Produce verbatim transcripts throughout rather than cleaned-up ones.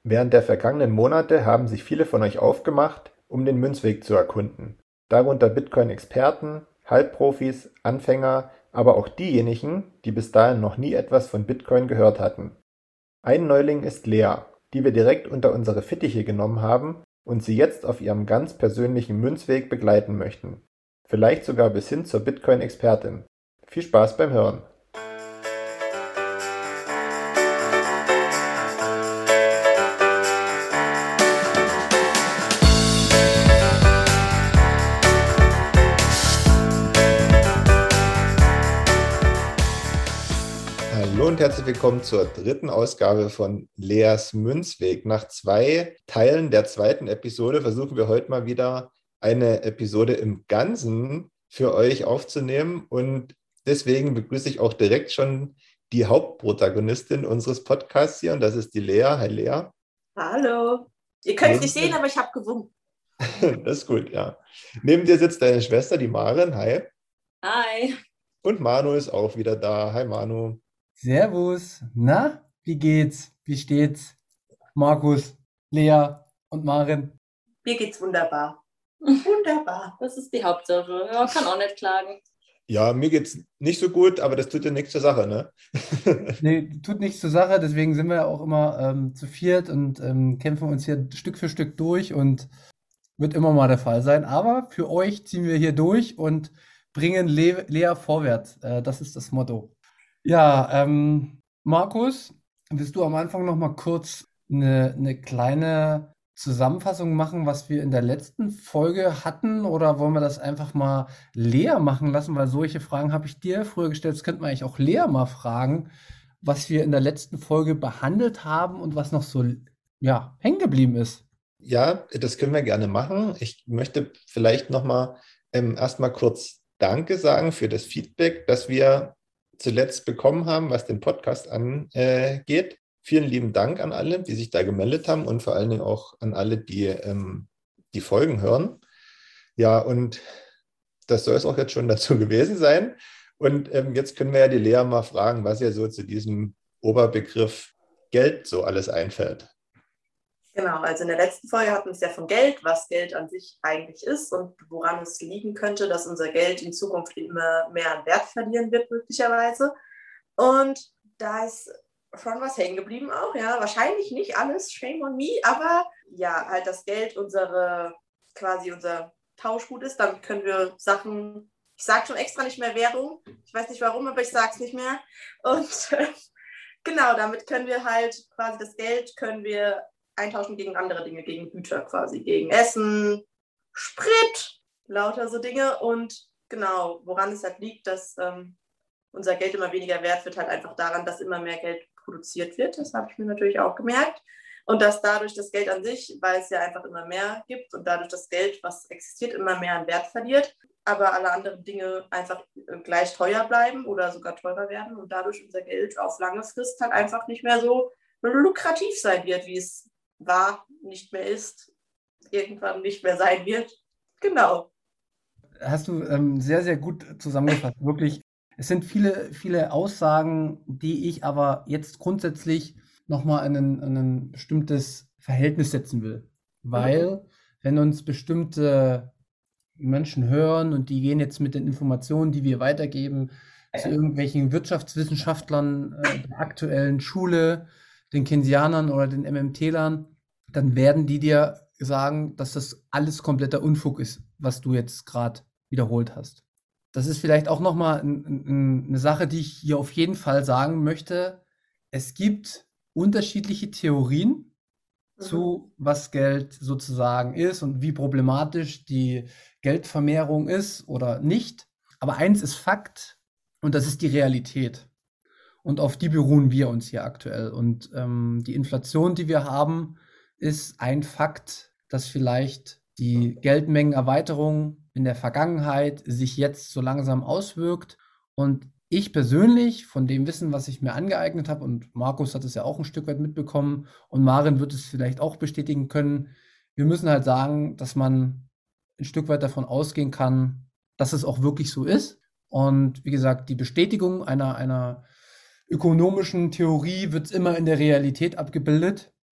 Während der vergangenen Monate haben sich viele von euch aufgemacht, um den Münzweg zu erkunden. Darunter Bitcoin-Experten, Halbprofis, Anfänger, aber auch diejenigen, die bis dahin noch nie etwas von Bitcoin gehört hatten. Ein Neuling ist Lea, die wir direkt unter unsere Fittiche genommen haben und sie jetzt auf ihrem ganz persönlichen Münzweg begleiten möchten. Vielleicht sogar bis hin zur Bitcoin-Expertin. Viel Spaß beim Hören! Hallo und herzlich willkommen zur dritten Ausgabe von Leas Münzweg. Nach zwei Teilen der zweiten Episode versuchen wir heute mal wieder eine Episode im Ganzen für euch aufzunehmen und deswegen begrüße ich auch direkt schon die Hauptprotagonistin unseres Podcasts hier und das ist die Lea. Hi Lea. Hallo. Ihr könnt es nicht sehen, aber ich habe gewunken. Das ist gut, ja. Neben dir sitzt deine Schwester, die Maren. Hi. Hi. Und Manu ist auch wieder da. Hi Manu. Servus. Na, wie geht's? Wie steht's? Markus, Lea und Maren. Mir geht's wunderbar. Wunderbar. Das ist die Hauptsache. Ja, kann auch nicht klagen. Ja, mir geht's nicht so gut, aber das tut ja nichts zur Sache, ne? Nee, tut nichts zur Sache, deswegen sind wir ja auch immer ähm, zu viert und ähm, kämpfen uns hier Stück für Stück durch und wird immer mal der Fall sein. Aber für euch ziehen wir hier durch und bringen Le- Lea vorwärts. Äh, das ist das Motto. Ja, ähm, Markus, willst du am Anfang noch mal kurz eine, eine kleine Zusammenfassung machen, was wir in der letzten Folge hatten, oder wollen wir das einfach mal Lea machen lassen, weil solche Fragen habe ich dir früher gestellt, das könnte man eigentlich auch Lea mal fragen, was wir in der letzten Folge behandelt haben und was noch so, ja, hängen geblieben ist. Ja, das können wir gerne machen. Ich möchte vielleicht noch mal ähm, erstmal kurz Danke sagen für das Feedback, das wir zuletzt bekommen haben, was den Podcast angeht. Äh, Vielen lieben Dank an alle, die sich da gemeldet haben und vor allen Dingen auch an alle, die ähm, die Folgen hören. Ja, und das soll es auch jetzt schon dazu gewesen sein. Und ähm, jetzt können wir ja die Lea mal fragen, was ihr so zu diesem Oberbegriff Geld so alles einfällt. Genau, also in der letzten Folge hatten wir es ja von Geld, was Geld an sich eigentlich ist und woran es liegen könnte, dass unser Geld in Zukunft immer mehr an Wert verlieren wird, möglicherweise. Und da ist schon was hängen geblieben auch, ja. Wahrscheinlich nicht alles, shame on me, aber ja, halt das Geld unsere, quasi unser Tauschgut ist. Damit können wir Sachen, ich sage schon extra nicht mehr Währung, ich weiß nicht warum, aber ich sage es nicht mehr. Und äh, genau, damit können wir halt quasi das Geld können wir eintauschen gegen andere Dinge, gegen Güter quasi, gegen Essen, Sprit, lauter so Dinge. Und genau, woran es halt liegt, dass ähm, unser Geld immer weniger wert wird, halt einfach daran, dass immer mehr Geld produziert wird. Das habe ich mir natürlich auch gemerkt. Und dass dadurch das Geld an sich, weil es ja einfach immer mehr gibt und dadurch das Geld, was existiert, immer mehr an Wert verliert, aber alle anderen Dinge einfach gleich teuer bleiben oder sogar teurer werden und dadurch unser Geld auf lange Frist halt einfach nicht mehr so lukrativ sein wird, wie es war, nicht mehr ist, irgendwann nicht mehr sein wird. Genau. Hast du ähm, sehr, sehr gut zusammengefasst. Wirklich, es sind viele, viele Aussagen, die ich aber jetzt grundsätzlich nochmal in ein, in ein bestimmtes Verhältnis setzen will. Weil, mhm. wenn uns bestimmte Menschen hören und die gehen jetzt mit den Informationen, die wir weitergeben, zu irgendwelchen Wirtschaftswissenschaftlern äh, der aktuellen Schule, den Keynesianern oder den MMTlern, dann werden die dir sagen, dass das alles kompletter Unfug ist, was du jetzt gerade wiederholt hast. Das ist vielleicht auch nochmal ein, ein, eine Sache, die ich hier auf jeden Fall sagen möchte. Es gibt unterschiedliche Theorien mhm. zu, was Geld sozusagen ist und wie problematisch die Geldvermehrung ist oder nicht. Aber eins ist Fakt und das ist die Realität. Und auf die beruhen wir uns hier aktuell. Und ähm, die Inflation, die wir haben, ist ein Fakt, dass vielleicht die Geldmengenerweiterung in der Vergangenheit sich jetzt so langsam auswirkt. Und ich persönlich, von dem Wissen, was ich mir angeeignet habe, und Markus hat es ja auch ein Stück weit mitbekommen und Maren wird es vielleicht auch bestätigen können, wir müssen halt sagen, dass man ein Stück weit davon ausgehen kann, dass es auch wirklich so ist. Und wie gesagt, die Bestätigung einer, einer ökonomischen Theorie wird immer in der Realität abgebildet.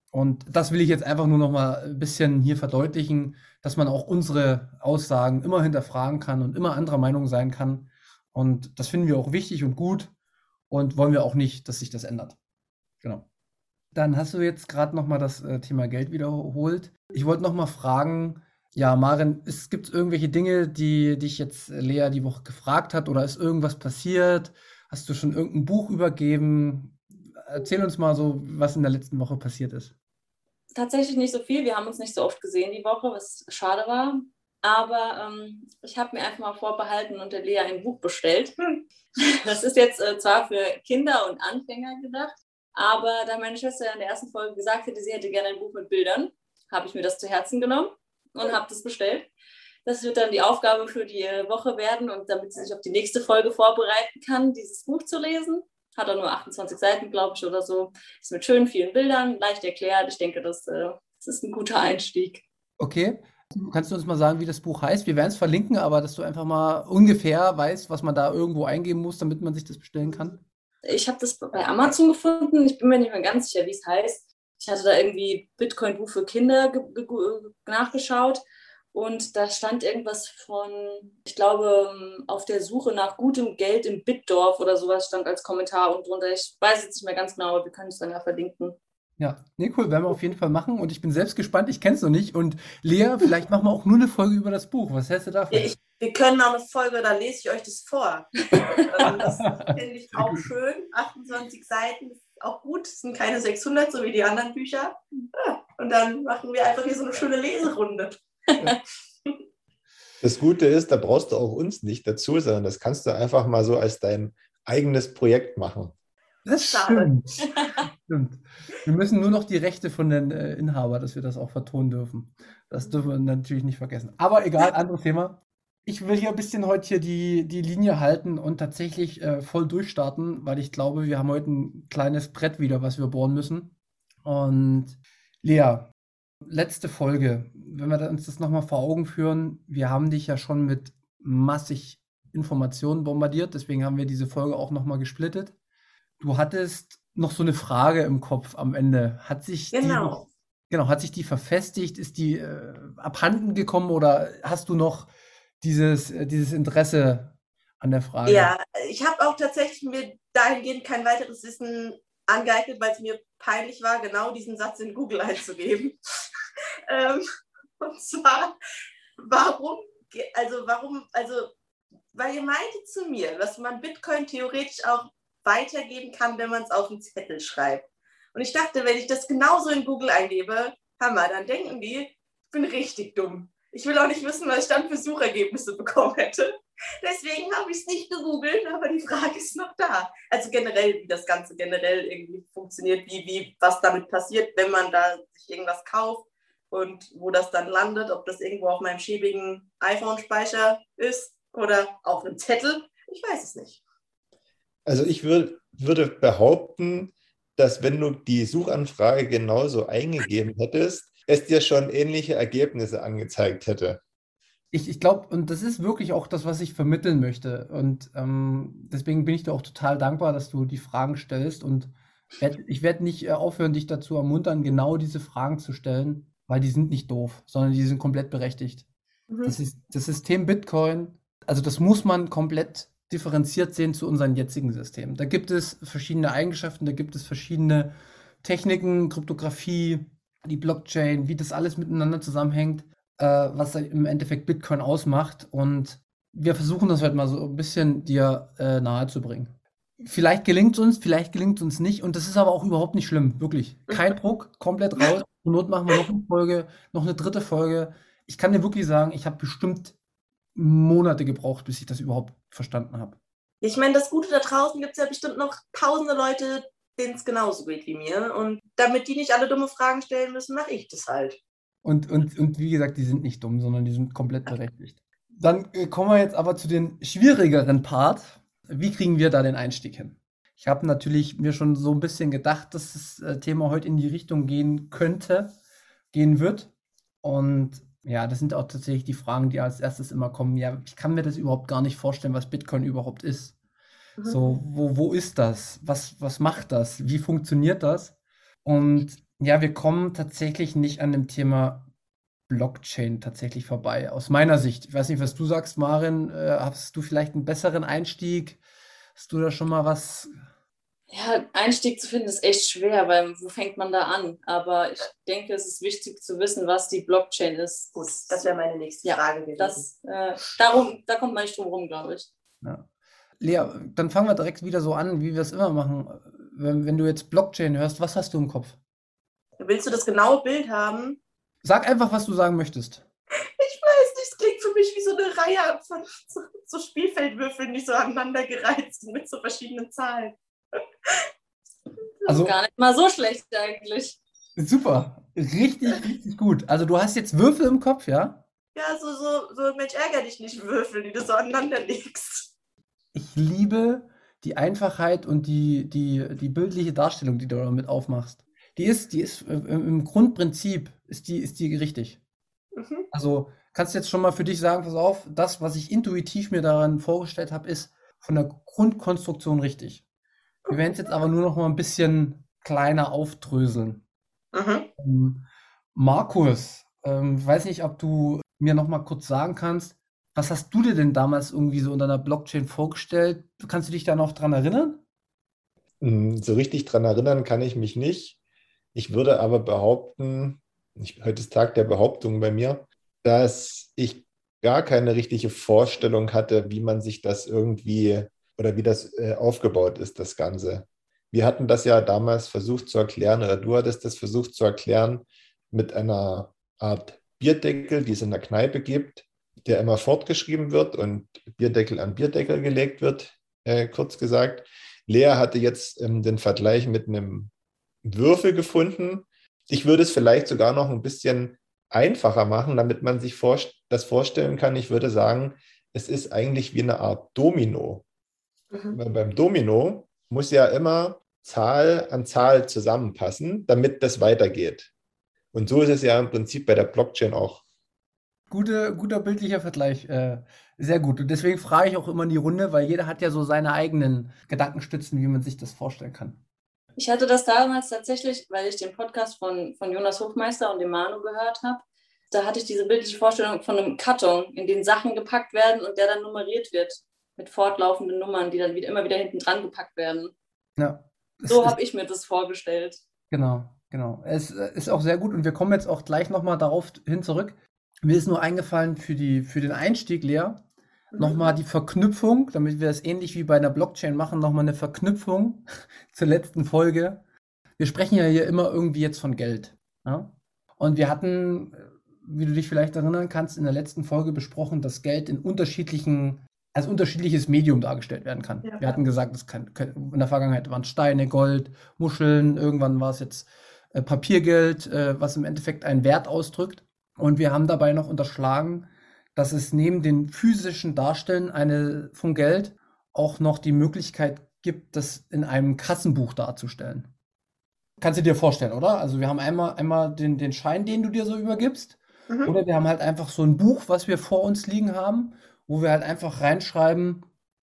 Und das will ich jetzt einfach nur noch mal ein bisschen hier verdeutlichen, dass man auch unsere Aussagen immer hinterfragen kann und immer anderer Meinung sein kann. Und das finden wir auch wichtig und gut und wollen wir auch nicht, dass sich das ändert. Genau. Dann hast du jetzt gerade noch mal das äh, Thema Geld wiederholt. Ich wollte noch mal fragen, ja, Maren, gibt es irgendwelche Dinge, die dich jetzt Lea die Woche gefragt hat oder ist irgendwas passiert? Hast du schon irgendein Buch übergeben? Erzähl uns mal so, was in der letzten Woche passiert ist. Tatsächlich nicht so viel. Wir haben uns nicht so oft gesehen die Woche, was schade war. Aber ähm, ich habe mir einfach mal vorbehalten und der Lea ein Buch bestellt. Das ist jetzt äh, zwar für Kinder und Anfänger gedacht, aber da meine Schwester in der ersten Folge gesagt hätte, sie hätte gerne ein Buch mit Bildern, habe ich mir das zu Herzen genommen und habe das bestellt. Das wird dann die Aufgabe für die Woche werden und damit sie sich auf die nächste Folge vorbereiten kann, dieses Buch zu lesen. Hat er nur achtundzwanzig Seiten, glaube ich, oder so. Ist mit schönen vielen Bildern, leicht erklärt. Ich denke, das, äh, das ist ein guter Einstieg. Okay. Kannst du uns mal sagen, wie das Buch heißt? Wir werden es verlinken, aber dass du einfach mal ungefähr weißt, was man da irgendwo eingeben muss, damit man sich das bestellen kann. Ich habe das bei Amazon gefunden. Ich bin mir nicht mehr ganz sicher, wie es heißt. Ich hatte da irgendwie Bitcoin-Buch für Kinder ge- ge- nachgeschaut. Und da stand irgendwas von, ich glaube, auf der Suche nach gutem Geld im Bitdorf oder sowas stand als Kommentar und drunter. Ich weiß jetzt nicht mehr ganz genau, aber wir können es dann ja verlinken. Ja, nee, cool, werden wir auf jeden Fall machen. Und ich bin selbst gespannt, ich kenne es noch nicht. Und Lea, vielleicht machen wir auch nur eine Folge über das Buch. Was hältst du davon? Ich, wir können auch eine Folge, da lese ich euch das vor. Ähm, das finde ich auch schön. achtundzwanzig Seiten, das ist auch gut. Das sind keine sechshundert, so wie die anderen Bücher. Ja, und dann machen wir einfach hier so eine schöne Leserunde. Ja. Das Gute ist, da brauchst du auch uns nicht dazu, sondern das kannst du einfach mal so als dein eigenes Projekt machen. Das stimmt. Stimmt. Wir müssen nur noch die Rechte von den äh, Inhabern, dass wir das auch vertonen dürfen. Das dürfen wir natürlich nicht vergessen. Aber egal, anderes Thema. Ich will hier ein bisschen heute hier die, die Linie halten und tatsächlich äh, voll durchstarten, weil ich glaube, wir haben heute ein kleines Brett wieder, was wir bohren müssen. Und Lea, letzte Folge, wenn wir uns das nochmal vor Augen führen, wir haben dich ja schon mit massig Informationen bombardiert, deswegen haben wir diese Folge auch nochmal gesplittet. Du hattest noch so eine Frage im Kopf am Ende. Hat sich Genau. die, genau, hat sich die verfestigt? Ist die äh, abhanden gekommen oder hast du noch dieses, äh, dieses Interesse an der Frage? Ja, ich habe auch tatsächlich mir dahingehend kein weiteres Wissen angeeignet, weil es mir peinlich war, genau diesen Satz in Google einzugeben. ähm, und zwar, warum, also warum, also, weil ihr meintet zu mir, dass man Bitcoin theoretisch auch weitergeben kann, wenn man es auf einen Zettel schreibt. Und ich dachte, wenn ich das genauso in Google eingebe, Hammer, dann denken die, ich bin richtig dumm. Ich will auch nicht wissen, was ich dann für Suchergebnisse bekommen hätte. Deswegen habe ich es nicht gegoogelt, aber die Frage ist noch da. Also generell, wie das Ganze generell irgendwie funktioniert, wie, wie, was damit passiert, wenn man da sich irgendwas kauft und wo das dann landet, ob das irgendwo auf meinem schäbigen iPhone-Speicher ist oder auf einem Zettel. Ich weiß es nicht. Also ich würd, würde behaupten, dass wenn du die Suchanfrage genauso eingegeben hättest, es dir schon ähnliche Ergebnisse angezeigt hätte. Ich, ich glaube, und das ist wirklich auch das, was ich vermitteln möchte. Und ähm, deswegen bin ich dir auch total dankbar, dass du die Fragen stellst. Und werd, ich werde nicht äh, aufhören, dich dazu ermuntern, genau diese Fragen zu stellen, weil die sind nicht doof, sondern die sind komplett berechtigt. Mhm. Das ist, das System Bitcoin, also das muss man komplett differenziert sehen zu unserem jetzigen System. Da gibt es verschiedene Eigenschaften, da gibt es verschiedene Techniken, Kryptographie, die Blockchain, wie das alles miteinander zusammenhängt, äh, was im Endeffekt Bitcoin ausmacht. Und wir versuchen das halt mal so ein bisschen dir äh, nahezubringen. Vielleicht gelingt es uns, vielleicht gelingt es uns nicht. Und das ist aber auch überhaupt nicht schlimm, wirklich. Kein Druck, komplett raus. Zur Not machen wir noch eine Folge, noch eine dritte Folge. Ich kann dir wirklich sagen, ich habe bestimmt Monate gebraucht, bis ich das überhaupt verstanden habe. Ich meine, das Gute da draußen gibt es ja bestimmt noch tausende Leute, denen es genauso geht wie mir. Und damit die nicht alle dumme Fragen stellen müssen, mache ich das halt. Und, und, und wie gesagt, die sind nicht dumm, sondern die sind komplett berechtigt. Dann äh, kommen wir jetzt aber zu den schwierigeren Part. Wie kriegen wir da den Einstieg hin? Ich habe natürlich mir schon so ein bisschen gedacht, dass das äh, Thema heute in die Richtung gehen könnte, gehen wird. Und ja, das sind auch tatsächlich die Fragen, die als erstes immer kommen. Ja, ich kann mir das überhaupt gar nicht vorstellen, was Bitcoin überhaupt ist. Mhm. So, wo, wo ist das? Was, was macht das? Wie funktioniert das? Und Ja, wir kommen tatsächlich nicht an dem Thema Blockchain tatsächlich vorbei, aus meiner Sicht. Ich weiß nicht, was du sagst, Maren. Äh, hast du vielleicht einen besseren Einstieg? Hast du da schon mal was? Ja, Einstieg zu finden ist echt schwer, weil wo fängt man da an? Aber ich denke, es ist wichtig zu wissen, was die Blockchain ist. Gut, das wäre meine nächste Ja, Frage gewesen. Das, äh, darum, da kommt man nicht drum rum, glaube ich. Ja. Lea, dann fangen wir direkt wieder so an, wie wir es immer machen. Wenn, wenn du jetzt Blockchain hörst, was hast du im Kopf? Willst du das genaue Bild haben? Sag einfach, was du sagen möchtest. Ich weiß nicht, es klingt für mich wie so eine Reihe von so, so Spielfeldwürfeln, die so aneinandergereiht sind mit so verschiedenen Zahlen. Also, Gar nicht mal so schlecht eigentlich. super, richtig, richtig gut. Also du hast jetzt Würfel im Kopf, ja? Ja, so, so, so Mensch, ärger dich nicht, Würfel, die du so aneinander legst. Ich liebe die Einfachheit und die, die, die bildliche Darstellung, die du damit aufmachst. Die ist, die ist äh, im im Grundprinzip ist die, ist die richtig. Mhm. Also kannst du jetzt schon mal für dich sagen, pass auf, das, was ich intuitiv mir daran vorgestellt habe, ist von der Grundkonstruktion richtig. Wir werden es jetzt aber nur noch mal ein bisschen kleiner aufdröseln. Mhm. Ähm, Markus, ähm, ich weiß nicht, ob du mir noch mal kurz sagen kannst, was hast du dir denn damals irgendwie so unter einer Blockchain vorgestellt? Kannst du dich da noch dran erinnern? Hm, So richtig dran erinnern kann ich mich nicht. Ich würde aber behaupten, ich, heute ist Tag der Behauptung bei mir, dass ich gar keine richtige Vorstellung hatte, wie man sich das irgendwie oder wie das äh, aufgebaut ist, das Ganze. Wir hatten das ja damals versucht zu erklären, oder du hattest das versucht zu erklären mit einer Art Bierdeckel, die es in der Kneipe gibt, der immer fortgeschrieben wird und Bierdeckel an Bierdeckel gelegt wird, äh, kurz gesagt. Lea hatte jetzt ähm, den Vergleich mit einem Würfel gefunden. Ich würde es vielleicht sogar noch ein bisschen einfacher machen, damit man sich vor, das vorstellen kann. Ich würde sagen, es ist eigentlich wie eine Art Domino. Mhm. Weil beim Domino muss ja immer Zahl an Zahl zusammenpassen, damit das weitergeht. Und so ist es ja im Prinzip bei der Blockchain auch. Gute, guter bildlicher Vergleich, äh, sehr gut. Und deswegen frage ich auch immer in die Runde, weil jeder hat ja so seine eigenen Gedankenstützen, wie man sich das vorstellen kann. Ich hatte das damals tatsächlich, weil ich den Podcast von, von Jonas Hofmeister und dem Manu gehört habe. Da hatte ich diese bildliche Vorstellung von einem Karton, in den Sachen gepackt werden und der dann nummeriert wird. Mit fortlaufenden Nummern, die dann wieder, immer wieder hinten dran gepackt werden. Ja, es So ist, habe ich mir das vorgestellt. genau, genau. Es äh, ist auch sehr gut und wir kommen jetzt auch gleich nochmal darauf hin zurück. Mir ist nur eingefallen für die, für den Einstieg, Lea, Mhm. nochmal die Verknüpfung, damit wir das ähnlich wie bei einer Blockchain machen, nochmal eine Verknüpfung zur letzten Folge. Wir sprechen ja hier immer irgendwie jetzt von Geld. Ja? Und wir hatten, äh, wie du dich vielleicht erinnern kannst, in der letzten Folge besprochen, dass Geld in unterschiedlichen, als unterschiedliches Medium dargestellt werden kann. Ja. Wir hatten gesagt, es kann, kann, in der Vergangenheit waren es Steine, Gold, Muscheln, irgendwann war es jetzt äh, Papiergeld, äh, was im Endeffekt einen Wert ausdrückt. Und wir haben dabei noch unterschlagen, dass es neben den physischen Darstellen eine, von Geld auch noch die Möglichkeit gibt, das in einem Kassenbuch darzustellen. Kannst du dir vorstellen, oder? Also wir haben einmal, einmal den, den Schein, den du dir so übergibst, Mhm. oder wir haben halt einfach so ein Buch, was wir vor uns liegen haben, wo wir halt einfach reinschreiben,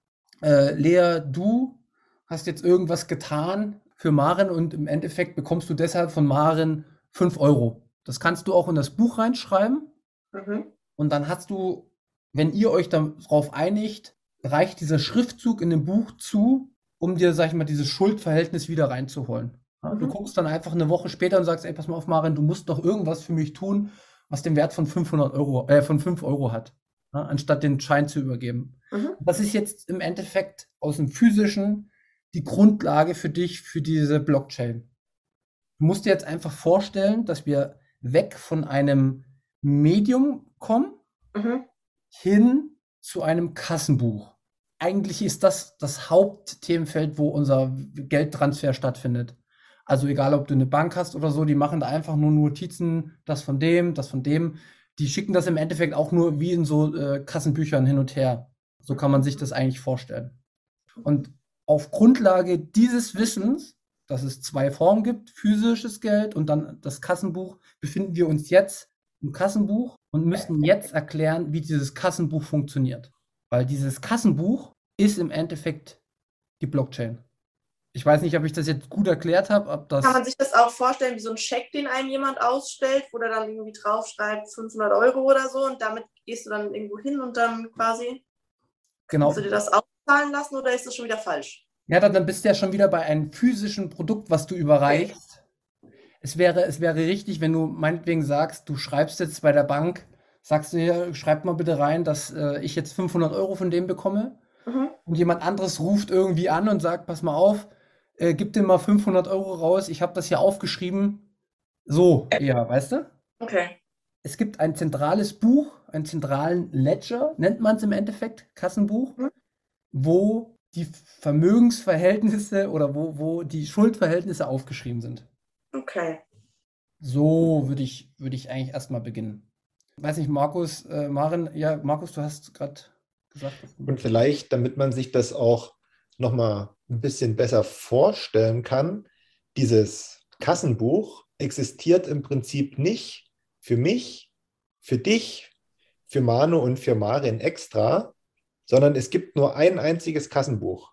äh, Lea, du hast jetzt irgendwas getan für Maren und im Endeffekt bekommst du deshalb von Maren fünf Euro. Das kannst du auch in das Buch reinschreiben Mhm. und dann hast du, wenn ihr euch darauf einigt, reicht dieser Schriftzug in dem Buch zu, um dir, sag ich mal, dieses Schuldverhältnis wieder reinzuholen. Ja, du Mhm. guckst dann einfach eine Woche später und sagst, ey, pass mal auf, Maren, du musst doch irgendwas für mich tun, was den Wert von fünfhundert Euro, äh, von fünf Euro hat, ja, anstatt den Schein zu übergeben. Mhm. Das ist jetzt im Endeffekt aus dem Physischen die Grundlage für dich, für diese Blockchain. Du musst dir jetzt einfach vorstellen, dass wir weg von einem Medium kommen, Mhm. hin zu einem Kassenbuch. Eigentlich ist das das Hauptthemenfeld, wo unser Geldtransfer stattfindet. Also egal, ob du eine Bank hast oder so, die machen da einfach nur Notizen, das von dem, das von dem. Die schicken das im Endeffekt auch nur wie in so äh, Kassenbüchern hin und her. So kann man sich das eigentlich vorstellen. Und auf Grundlage dieses Wissens, dass es zwei Formen gibt, physisches Geld und dann das Kassenbuch, befinden wir uns jetzt im Kassenbuch und müssen jetzt erklären, wie dieses Kassenbuch funktioniert. Weil dieses Kassenbuch ist im Endeffekt die Blockchain. Ich weiß nicht, ob ich das jetzt gut erklärt habe, ob das... Kann man sich das auch vorstellen wie so ein Scheck, den einem jemand ausstellt, wo der dann irgendwie draufschreibt fünfhundert Euro oder so und damit gehst du dann irgendwo hin und dann quasi, Genau. kannst du dir das auszahlen lassen oder ist das schon wieder falsch? Ja, dann, dann bist du ja schon wieder bei einem physischen Produkt, was du überreichst. Es wäre, es wäre richtig, wenn du meinetwegen sagst, du schreibst jetzt bei der Bank, sagst du hier, schreib mal bitte rein, dass äh, ich jetzt fünfhundert Euro von dem bekomme. Mhm. Und jemand anderes ruft irgendwie an und sagt, pass mal auf, äh, gib dir mal fünfhundert Euro raus, ich habe das hier aufgeschrieben. So, eher, weißt du? Okay. Es gibt ein zentrales Buch, einen zentralen Ledger, nennt man es im Endeffekt, Kassenbuch, Mhm. wo die Vermögensverhältnisse oder wo, wo die Schuldverhältnisse aufgeschrieben sind. Okay. So würde ich, würde ich eigentlich erstmal beginnen. Weiß nicht, Markus, äh, Maren, ja, Markus, du hast gerade gesagt. dass du- Und vielleicht, damit man sich das auch nochmal ein bisschen besser vorstellen kann, dieses Kassenbuch existiert im Prinzip nicht für mich, für dich, für Manu und für Maren extra, sondern es gibt nur ein einziges Kassenbuch.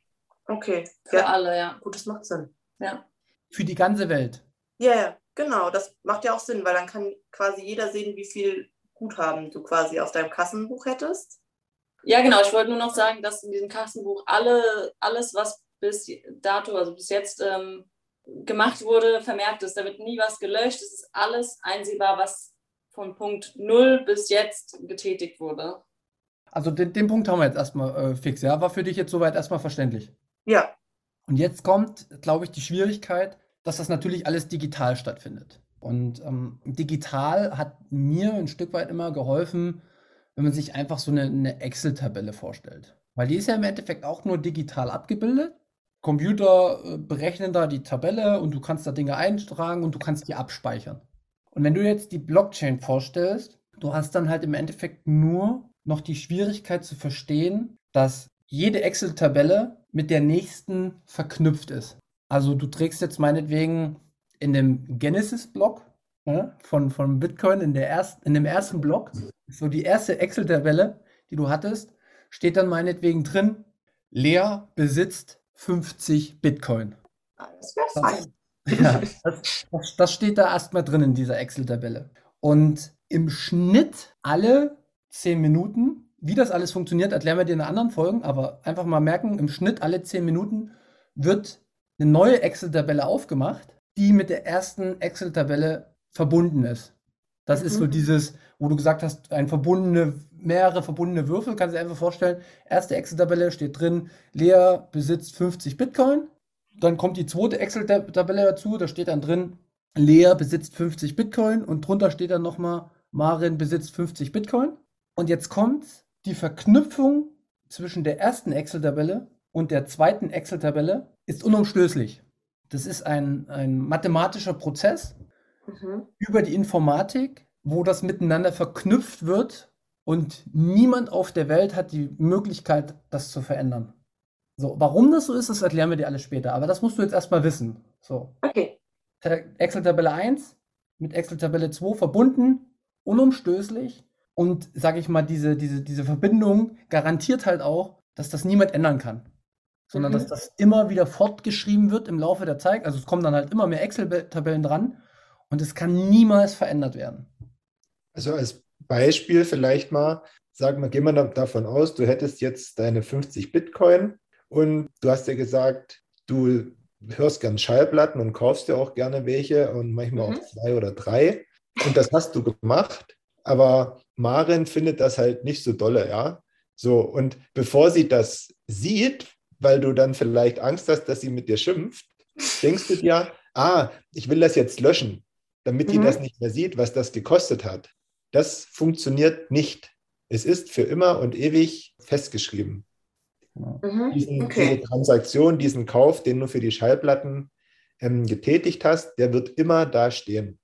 Okay. Für Ja, alle, ja. gut, das macht Sinn. ja. Für die ganze Welt. Ja, ja, genau. Das macht ja auch Sinn, weil dann kann quasi jeder sehen, wie viel Guthaben du quasi auf deinem Kassenbuch hättest. Ja, genau. Ich wollte nur noch sagen, dass in diesem Kassenbuch alle, alles, was bis dato, also bis jetzt ähm, gemacht wurde, vermerkt ist. Da wird nie was gelöscht. Es ist alles einsehbar, was von Punkt null bis jetzt getätigt wurde. Also den, den Punkt haben wir jetzt erstmal äh, fix, ja? War für dich jetzt soweit erstmal verständlich. Ja. Und jetzt kommt, glaube ich, die Schwierigkeit, dass das natürlich alles digital stattfindet. Und ähm, digital hat mir ein Stück weit immer geholfen, wenn man sich einfach so eine, eine Excel-Tabelle vorstellt. Weil die ist ja im Endeffekt auch nur digital abgebildet. Computer äh, berechnen da die Tabelle und du kannst da Dinge eintragen und du kannst die abspeichern. Und wenn du jetzt die Blockchain vorstellst, du hast dann halt im Endeffekt nur noch die Schwierigkeit zu verstehen, dass jede Excel-Tabelle mit der nächsten verknüpft ist. Also du trägst jetzt meinetwegen in dem Genesis-Block, ne, von, von Bitcoin, in, der erst, in dem ersten Block, so die erste Excel-Tabelle, die du hattest, steht dann meinetwegen drin, Lea besitzt fünfzig Bitcoin. Das wäre Das, fein. ja, das, das, das steht da erstmal drin in dieser Excel-Tabelle. Und im Schnitt alle zehn Minuten, wie das alles funktioniert, erklären wir dir in anderen Folgen, aber einfach mal merken, im Schnitt alle zehn Minuten wird eine neue Excel-Tabelle aufgemacht, die mit der ersten Excel-Tabelle verbunden ist. Das ist so Mhm. dieses, wo du gesagt hast, ein verbundene, mehrere verbundene Würfel, kannst du dir einfach vorstellen, erste Excel-Tabelle steht drin, Lea besitzt fünfzig Bitcoin. Dann kommt die zweite Excel-Tabelle dazu, da steht dann drin, Lea besitzt fünfzig Bitcoin und drunter steht dann nochmal, Maren besitzt fünfzig Bitcoin. Und jetzt kommt die Verknüpfung zwischen der ersten Excel-Tabelle und der zweiten Excel-Tabelle ist unumstößlich. Das ist ein, ein mathematischer Prozess Mhm. über die Informatik, wo das miteinander verknüpft wird und niemand auf der Welt hat die Möglichkeit, das zu verändern. So, warum das so ist, das erklären wir dir alles später, aber das musst du jetzt erstmal wissen. So, Okay. Excel-Tabelle eins mit Excel-Tabelle zwei verbunden, unumstößlich und, sage ich mal, diese, diese, diese Verbindung garantiert halt auch, dass das niemand ändern kann, sondern Mhm. dass das immer wieder fortgeschrieben wird im Laufe der Zeit. Also es kommen dann halt immer mehr Excel-Tabellen dran und es kann niemals verändert werden. Also als Beispiel vielleicht mal, sagen wir, gehen wir da- davon aus, du hättest jetzt deine fünfzig Bitcoin und du hast ja gesagt, du hörst gern Schallplatten und kaufst dir auch gerne welche und manchmal Mhm. auch zwei oder drei. Und das hast du gemacht, aber Maren findet das halt nicht so dolle, ja. So, und bevor sie das sieht, weil du dann vielleicht Angst hast, dass sie mit dir schimpft, denkst du dir, ah, ich will das jetzt löschen, damit die Mhm. das nicht mehr sieht, was das gekostet hat. Das funktioniert nicht. Es ist für immer und ewig festgeschrieben. Genau. Mhm. Diesen, Diese Okay. Transaktion, diesen Kauf, den du für die Schallplatten ähm, getätigt hast, der wird immer da stehen.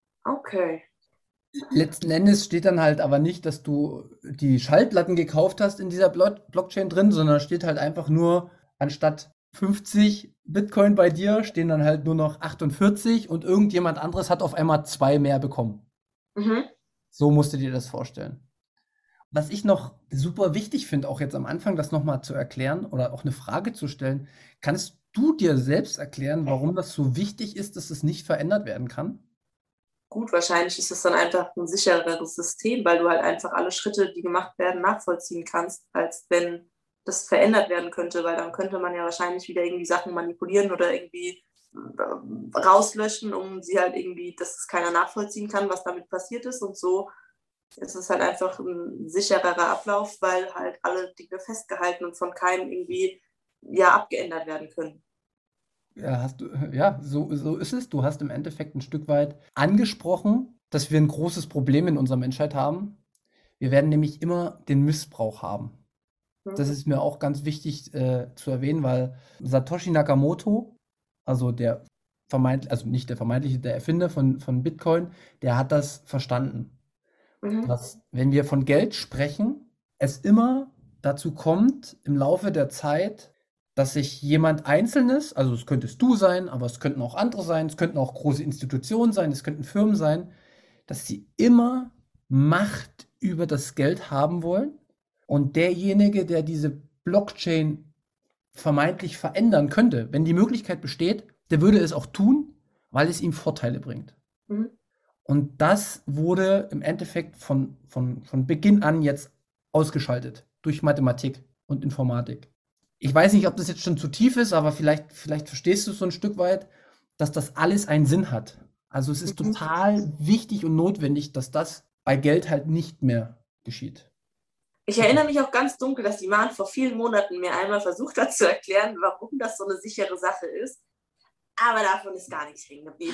Okay. Letzten Endes steht dann halt aber nicht, dass du die Schallplatten gekauft hast in dieser Blo Blockchain drin, sondern steht halt einfach nur, anstatt fünfzig Bitcoin bei dir, stehen dann halt nur noch achtundvierzig und irgendjemand anderes hat auf einmal zwei mehr bekommen. Mhm. So musst du dir das vorstellen. Was ich noch super wichtig finde, auch jetzt am Anfang das nochmal zu erklären oder auch eine Frage zu stellen, kannst du dir selbst erklären, warum das so wichtig ist, dass es nicht verändert werden kann? Gut, wahrscheinlich ist es dann einfach ein sichereres System, weil du halt einfach alle Schritte, die gemacht werden, nachvollziehen kannst, als wenn das verändert werden könnte, weil dann könnte man ja wahrscheinlich wieder irgendwie Sachen manipulieren oder irgendwie äh, rauslöschen, um sie halt irgendwie, dass es keiner nachvollziehen kann, was damit passiert ist. Und so ist es halt einfach ein sichererer Ablauf, weil halt alle Dinge festgehalten und von keinem irgendwie ja abgeändert werden können. Ja, hast du, ja, so, so ist es. Du hast im Endeffekt ein Stück weit angesprochen, dass wir ein großes Problem in unserer Menschheit haben. Wir werden nämlich immer den Missbrauch haben. Das ist mir auch ganz wichtig äh, zu erwähnen, weil Satoshi Nakamoto, also der vermeintlich, also nicht der vermeintliche, der Erfinder von, von Bitcoin, der hat das verstanden, Mhm. dass wenn wir von Geld sprechen, es immer dazu kommt, im Laufe der Zeit, dass sich jemand Einzelnes, also es könntest du sein, aber es könnten auch andere sein, es könnten auch große Institutionen sein, es könnten Firmen sein, dass sie immer Macht über das Geld haben wollen. Und derjenige, der diese Blockchain vermeintlich verändern könnte, wenn die Möglichkeit besteht, der würde es auch tun, weil es ihm Vorteile bringt. Mhm. Und das wurde im Endeffekt von, von, von Beginn an jetzt ausgeschaltet durch Mathematik und Informatik. Ich weiß nicht, ob das jetzt schon zu tief ist, aber vielleicht, vielleicht verstehst du es so ein Stück weit, dass das alles einen Sinn hat. Also es ist Mhm. total wichtig und notwendig, dass das bei Geld halt nicht mehr geschieht. Ich erinnere mich auch ganz dunkel, dass die Maren vor vielen Monaten mir einmal versucht hat zu erklären, warum das so eine sichere Sache ist. Aber davon ist gar nichts hängen geblieben.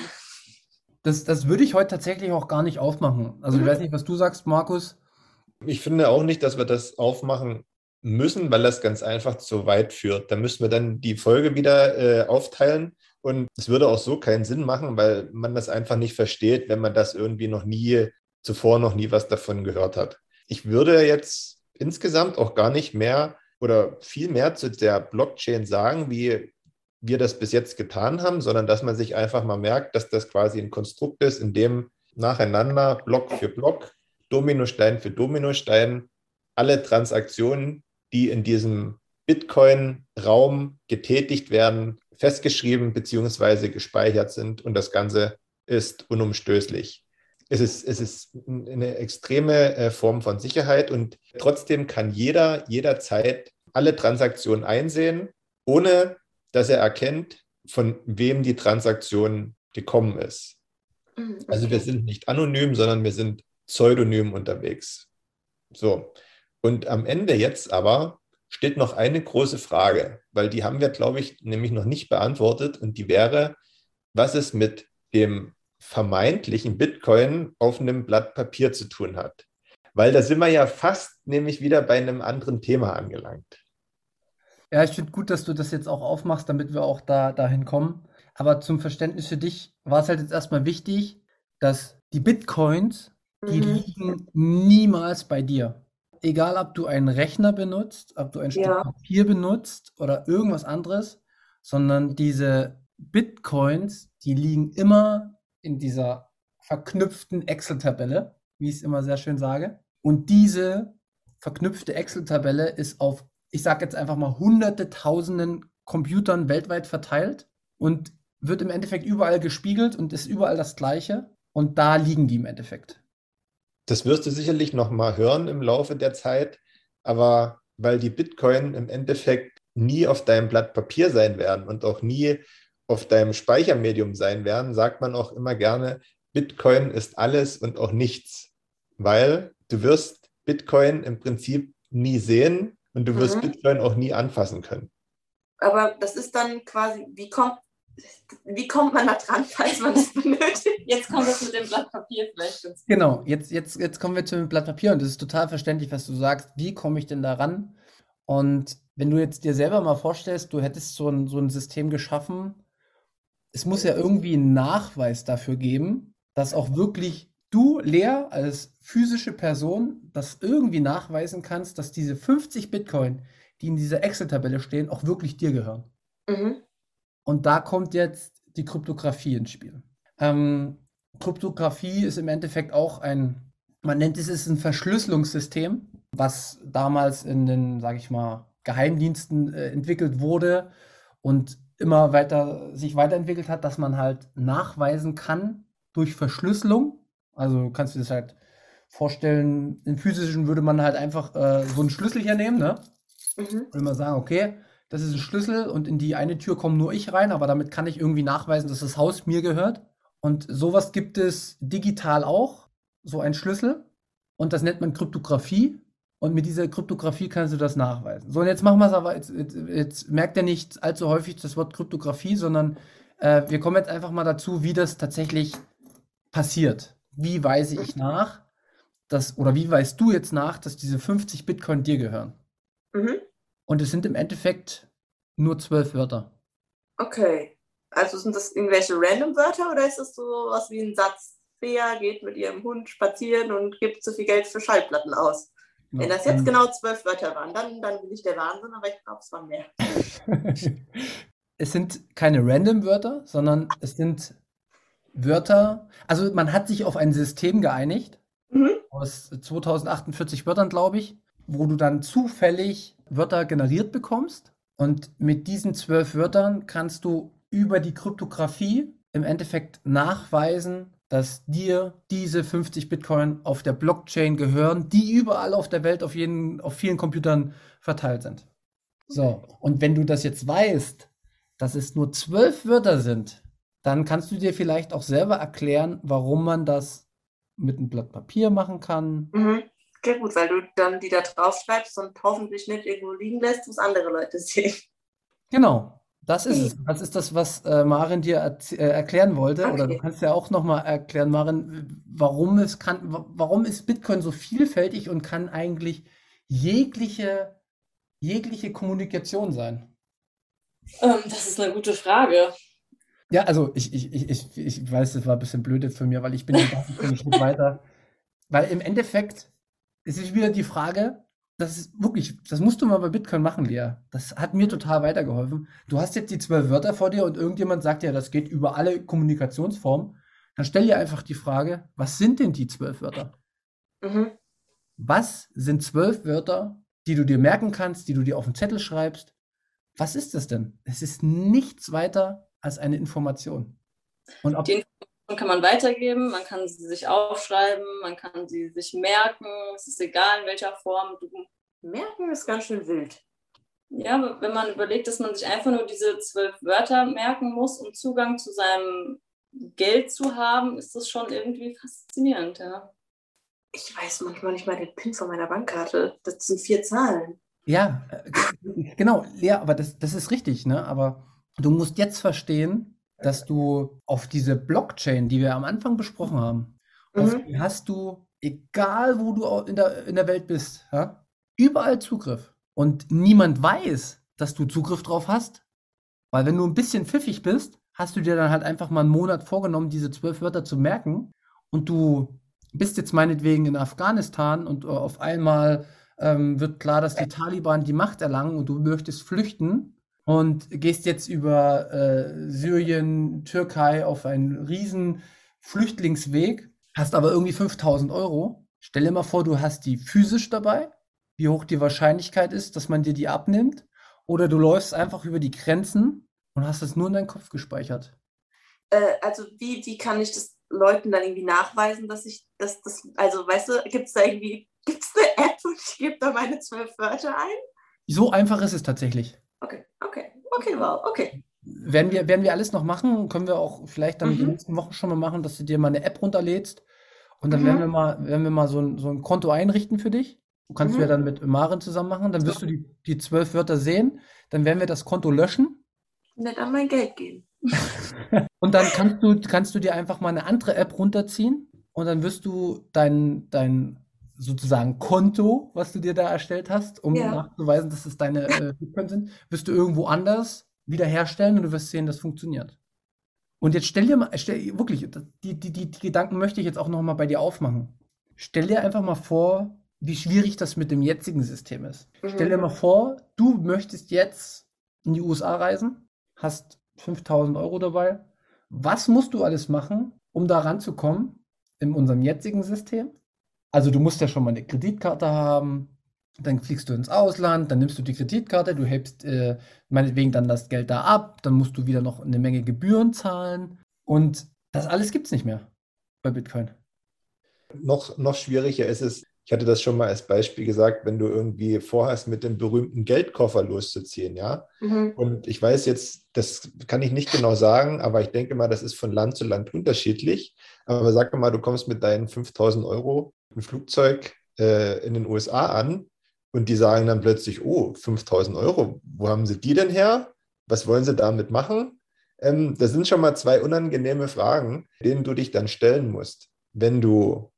Das, das würde ich heute tatsächlich auch gar nicht aufmachen. Also ich Mhm. weiß nicht, was du sagst, Markus. Ich finde auch nicht, dass wir das aufmachen müssen, weil das ganz einfach zu weit führt. Da müssen wir dann die Folge wieder äh, aufteilen und es würde auch so keinen Sinn machen, weil man das einfach nicht versteht, wenn man das irgendwie noch nie, zuvor noch nie was davon gehört hat. Ich würde jetzt insgesamt auch gar nicht mehr oder viel mehr zu der Blockchain sagen, wie wir das bis jetzt getan haben, sondern dass man sich einfach mal merkt, dass das quasi ein Konstrukt ist, in dem nacheinander Block für Block, Dominostein für Dominostein, alle Transaktionen, die in diesem Bitcoin-Raum getätigt werden, festgeschrieben bzw. gespeichert sind und das Ganze ist unumstößlich. Es ist, es ist eine extreme äh, Form von Sicherheit und trotzdem kann jeder jederzeit alle Transaktionen einsehen, ohne dass er erkennt, von wem die Transaktion gekommen ist. Mhm. Also wir sind nicht anonym, sondern wir sind pseudonym unterwegs. So. Und am Ende jetzt aber steht noch eine große Frage, weil die haben wir, glaube ich, nämlich noch nicht beantwortet und die wäre, was es mit dem vermeintlichen Bitcoin auf einem Blatt Papier zu tun hat. Weil da sind wir ja fast nämlich wieder bei einem anderen Thema angelangt. Ja, ich finde gut, dass du das jetzt auch aufmachst, damit wir auch da dahin kommen. Aber zum Verständnis für dich war es halt jetzt erstmal wichtig, dass die Bitcoins, die Mhm. liegen niemals bei dir. Egal, ob du einen Rechner benutzt, ob du ein Stück Ja. Papier benutzt oder irgendwas anderes, sondern diese Bitcoins, die liegen immer in dieser verknüpften Excel-Tabelle, wie ich es immer sehr schön sage. Und diese verknüpfte Excel-Tabelle ist auf, ich sage jetzt einfach mal, hunderte, tausenden Computern weltweit verteilt und wird im Endeffekt überall gespiegelt und ist überall das Gleiche. Und da liegen die im Endeffekt. Das wirst du sicherlich noch mal hören im Laufe der Zeit, aber weil die Bitcoin im Endeffekt nie auf deinem Blatt Papier sein werden und auch nie auf deinem Speichermedium sein werden, sagt man auch immer gerne, Bitcoin ist alles und auch nichts, weil du wirst Bitcoin im Prinzip nie sehen und du wirst Mhm. Bitcoin auch nie anfassen können. Aber das ist dann quasi, wie kommt, wie kommt man da dran, falls man es benötigt? Jetzt kommt das mit dem Blatt Papier vielleicht ganz gut. Genau, jetzt, jetzt, jetzt kommen wir zum Blatt Papier und das ist total verständlich, was du sagst. Wie komme ich denn da ran? Und wenn du jetzt dir selber mal vorstellst, du hättest so ein, so ein System geschaffen, es muss ja irgendwie einen Nachweis dafür geben, dass auch wirklich du, Lea, als physische Person, das irgendwie nachweisen kannst, dass diese fünfzig Bitcoin, die in dieser Excel-Tabelle stehen, auch wirklich dir gehören. Mhm. Und da kommt jetzt die Kryptographie ins Spiel. Ähm, Kryptographie ist im Endeffekt auch ein, man nennt es ist ein Verschlüsselungssystem, was damals in den, sage ich mal, Geheimdiensten äh, entwickelt wurde und immer weiter sich weiterentwickelt hat, dass man halt nachweisen kann durch Verschlüsselung. Also kannst du dir das halt vorstellen, im Physischen würde man halt einfach äh, so einen Schlüssel hier nehmen, ne? Mhm. Würde man sagen, okay, das ist ein Schlüssel und in die eine Tür komme nur ich rein, aber damit kann ich irgendwie nachweisen, dass das Haus mir gehört. Und sowas gibt es digital auch, so ein Schlüssel. Und das nennt man Kryptographie. Und mit dieser Kryptographie kannst du das nachweisen. So, und jetzt machen wir es aber, jetzt, jetzt, jetzt merkt ihr nicht allzu häufig das Wort Kryptographie, sondern äh, wir kommen jetzt einfach mal dazu, wie das tatsächlich passiert. Wie weise ich nach, dass, oder wie weißt du jetzt nach, dass diese fünfzig Bitcoin dir gehören? Mhm. Und es sind im Endeffekt nur zwölf Wörter. Okay. Also sind das irgendwelche random Wörter oder ist das so was wie ein Satz? Bea geht mit ihrem Hund spazieren und gibt so viel Geld für Schallplatten aus. Genau. Wenn das jetzt Ähm, genau zwölf Wörter waren, dann, dann bin ich der Wahnsinn, aber ich glaube, es waren mehr. Es sind keine random Wörter, sondern es sind Wörter. Also man hat sich auf ein System geeinigt Mhm. aus zweitausendachtzig Wörtern, glaube ich, wo du dann zufällig Wörter generiert bekommst. Und mit diesen zwölf Wörtern kannst du über die Kryptographie im Endeffekt nachweisen, dass dir diese fünfzig Bitcoin auf der Blockchain gehören, die überall auf der Welt auf jeden, auf vielen Computern verteilt sind. So, und wenn du das jetzt weißt, dass es nur zwölf Wörter sind, dann kannst du dir vielleicht auch selber erklären, warum man das mit einem Blatt Papier machen kann. Mhm. Sehr gut, weil du dann die da drauf schreibst und hoffentlich nicht irgendwo liegen lässt, wo es andere Leute sehen. Genau, das ist es. Das ist das, was äh, Maren dir erz- äh, erklären wollte. Oder du Okay. kannst ja auch nochmal erklären, Maren, warum es kann, wa- warum ist Bitcoin so vielfältig und kann eigentlich jegliche, jegliche Kommunikation sein? Ähm, das ist eine gute Frage. Ja, also ich, ich, ich, ich, ich weiß, das war ein bisschen blöd jetzt von mir, weil ich bin den ganzen schon einen Schritt weiter. Weil im Endeffekt es ist wieder die Frage, das ist wirklich, das musst du mal bei Bitcoin machen, Lea. Das hat mir total weitergeholfen. Du hast jetzt die zwölf Wörter vor dir und irgendjemand sagt ja, das geht über alle Kommunikationsformen. Dann stell dir einfach die Frage, was sind denn die zwölf Wörter? Mhm. Was sind zwölf Wörter, die du dir merken kannst, die du dir auf den Zettel schreibst? Was ist das denn? Es ist nichts weiter als eine Information. Und ob, Die Information kann man weitergeben, man kann sie sich aufschreiben, man kann sie sich merken, es ist egal in welcher Form. Du, Merken ist ganz schön wild. ja, wenn man überlegt, dass man sich einfach nur diese zwölf Wörter merken muss, um Zugang zu seinem Geld zu haben, ist das schon irgendwie faszinierend, ja. Ich weiß manchmal nicht mal den PIN von meiner Bankkarte. Das sind vier Zahlen. ja, äh, g- genau, Lea, aber das, das ist richtig, ne? Aber du musst jetzt verstehen, dass du auf diese Blockchain, die wir am Anfang besprochen haben, auf Mhm. die hast du, egal wo du au- in der, in der Welt bist, ja, überall Zugriff. Und niemand weiß, dass du Zugriff drauf hast, weil wenn du ein bisschen pfiffig bist, hast du dir dann halt einfach mal einen Monat vorgenommen, diese zwölf Wörter zu merken. Und du bist jetzt meinetwegen in Afghanistan und äh, auf einmal ähm, wird klar, dass die Taliban die Macht erlangen und du möchtest flüchten und gehst jetzt über äh, Syrien, Türkei auf einen riesen Flüchtlingsweg, hast aber irgendwie fünftausend Euro. Stell dir mal vor, du hast die physisch dabei, wie hoch die Wahrscheinlichkeit ist, dass man dir die abnimmt. Oder du läufst einfach über die Grenzen und hast es nur in deinen Kopf gespeichert. Äh, also wie, wie kann ich das Leuten dann irgendwie nachweisen, dass ich, dass das, also weißt du, gibt es da irgendwie, gibt es eine App und ich gebe da meine zwölf Wörter ein? So einfach ist es tatsächlich. Okay, okay, okay, wow, okay. Werden wir, werden wir alles noch machen, können wir auch vielleicht dann in den Mhm. nächsten Wochen schon mal machen, dass du dir mal eine App runterlädst und dann Mhm. werden wir mal, werden wir mal so ein, so ein Konto einrichten für dich. Du kannst du ja Mhm. dann mit Maren zusammen machen, dann wirst du die, die zwölf Wörter sehen, dann werden wir das Konto löschen Nicht an mein Geld gehen. und dann kannst du, kannst du dir einfach mal eine andere App runterziehen und dann wirst du dein, dein sozusagen Konto, was du dir da erstellt hast, um Ja. nachzuweisen, dass es deine äh, Bitcoin sind, wirst du irgendwo anders wiederherstellen und du wirst sehen, das funktioniert. Und jetzt stell dir mal, stell, wirklich, die, die, die, die Gedanken möchte ich jetzt auch nochmal bei dir aufmachen. Stell dir einfach mal vor, wie schwierig das mit dem jetzigen System ist. Mhm. Stell dir mal vor, du möchtest jetzt in die U S A reisen, hast fünftausend Euro dabei. Was musst du alles machen, um da ranzukommen in unserem jetzigen System? Also du musst ja schon mal eine Kreditkarte haben, Dann fliegst du ins Ausland, dann nimmst du die Kreditkarte, du hebst äh, meinetwegen dann das Geld da ab, dann musst du wieder noch eine Menge Gebühren zahlen und das alles gibt es nicht mehr bei Bitcoin. Noch, noch schwieriger ist es, ich hatte das schon mal als Beispiel gesagt, wenn du irgendwie vorhast, mit dem berühmten Geldkoffer loszuziehen, ja. Mhm. Und ich weiß jetzt, das kann ich nicht genau sagen, aber ich denke mal, das ist von Land zu Land unterschiedlich. Aber sag mal, du kommst mit deinen fünftausend Euro im Flugzeug äh, in den U S A an und die sagen dann plötzlich, oh, fünftausend Euro, wo haben sie die denn her? Was wollen sie damit machen? Ähm, das sind schon mal zwei unangenehme Fragen, denen du dich dann stellen musst, wenn du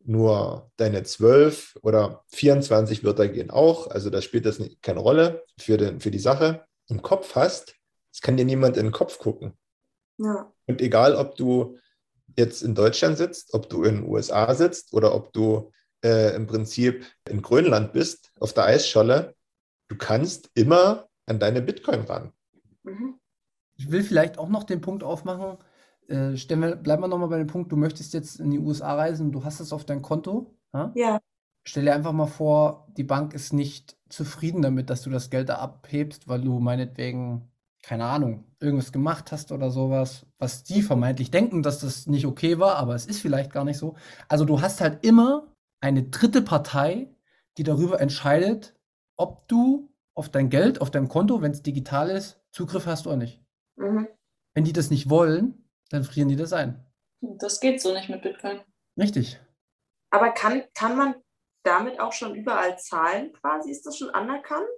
nur deine zwölf oder vierundzwanzig Wörter gehen auch, also da spielt das nicht, keine Rolle für, den, für die Sache, im Kopf hast, es kann dir niemand in den Kopf gucken. Ja. Und egal, ob du jetzt in Deutschland sitzt, ob du in den U S A sitzt oder ob du äh, im Prinzip in Grönland bist, auf der Eisscholle, du kannst immer an deine Bitcoin ran. Mhm. Ich will vielleicht auch noch den Punkt aufmachen, äh, stellen wir, bleiben wir nochmal bei dem Punkt, du möchtest jetzt in die U S A reisen und du hast es auf dein Konto. Ja? Ja. Stell dir einfach mal vor, die Bank ist nicht zufrieden damit, dass du das Geld da abhebst, weil du meinetwegen, keine Ahnung, irgendwas gemacht hast oder sowas, was die vermeintlich denken, dass das nicht okay war, aber es ist vielleicht gar nicht so. Also du hast halt immer eine dritte Partei, die darüber entscheidet, ob du auf dein Geld, auf deinem Konto, wenn es digital ist, Zugriff hast oder nicht. Mhm. Wenn die das nicht wollen, dann frieren die das ein. Das geht so nicht mit Bitcoin. Richtig. Aber kann, kann man damit auch schon überall zahlen quasi? Ist das schon anerkannt?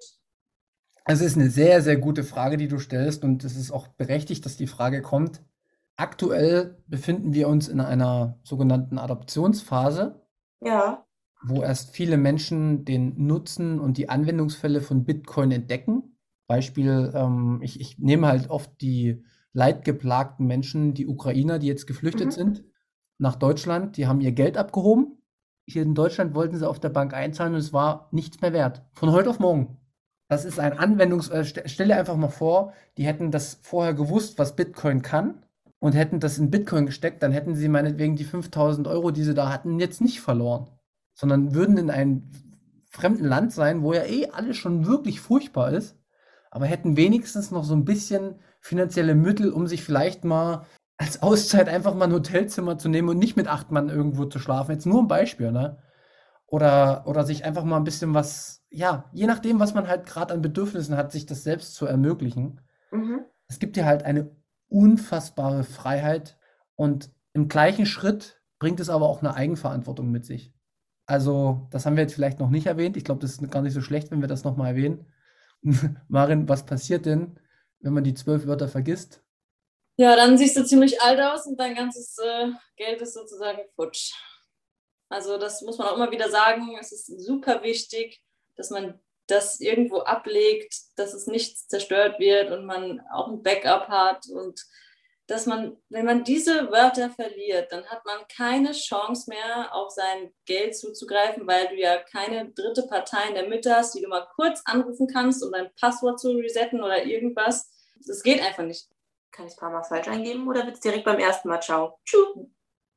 Also es ist eine sehr, sehr gute Frage, die du stellst und es ist auch berechtigt, dass die Frage kommt. Aktuell befinden wir uns in einer sogenannten Adoptionsphase, Ja. wo erst viele Menschen den Nutzen und die Anwendungsfälle von Bitcoin entdecken. Beispiel, ähm, ich, ich nehme halt oft die leidgeplagten Menschen, die Ukrainer, die jetzt geflüchtet Mhm. sind, nach Deutschland. Die haben ihr Geld abgehoben. Hier in Deutschland wollten sie auf der Bank einzahlen und es war nichts mehr wert. Von heute auf morgen. Das ist ein Anwendungs... Äh, st stell dir einfach mal vor, die hätten das vorher gewusst, was Bitcoin kann und hätten das in Bitcoin gesteckt, dann hätten sie meinetwegen die fünftausend Euro, die sie da hatten, jetzt nicht verloren, sondern würden in einem fremden Land sein, wo ja eh alles schon wirklich furchtbar ist, aber hätten wenigstens noch so ein bisschen finanzielle Mittel, um sich vielleicht mal als Auszeit einfach mal ein Hotelzimmer zu nehmen und nicht mit acht Mann irgendwo zu schlafen. Jetzt nur ein Beispiel, ne? Oder, oder sich einfach mal ein bisschen was, ja, je nachdem, was man halt gerade an Bedürfnissen hat, sich das selbst zu ermöglichen. Mhm. Es gibt dir halt eine unfassbare Freiheit und im gleichen Schritt bringt es aber auch eine Eigenverantwortung mit sich. Also, das haben wir jetzt vielleicht noch nicht erwähnt. Ich glaube, das ist gar nicht so schlecht, wenn wir das nochmal erwähnen. Marin, was passiert denn, wenn man die zwölf Wörter vergisst? Ja, dann siehst du ziemlich alt aus und dein ganzes äh, Geld ist sozusagen futsch. Also das muss man auch immer wieder sagen. Es ist super wichtig, dass man das irgendwo ablegt, dass es nicht zerstört wird und man auch ein Backup hat und dass man, wenn man diese Wörter verliert, dann hat man keine Chance mehr, auf sein Geld zuzugreifen, weil du ja keine dritte Partei in der Mitte hast, die du mal kurz anrufen kannst, um dein Passwort zu resetten oder irgendwas. Das geht einfach nicht. Kann ich es ein paar Mal falsch eingeben oder wird es direkt beim ersten Mal ciao? Tschu.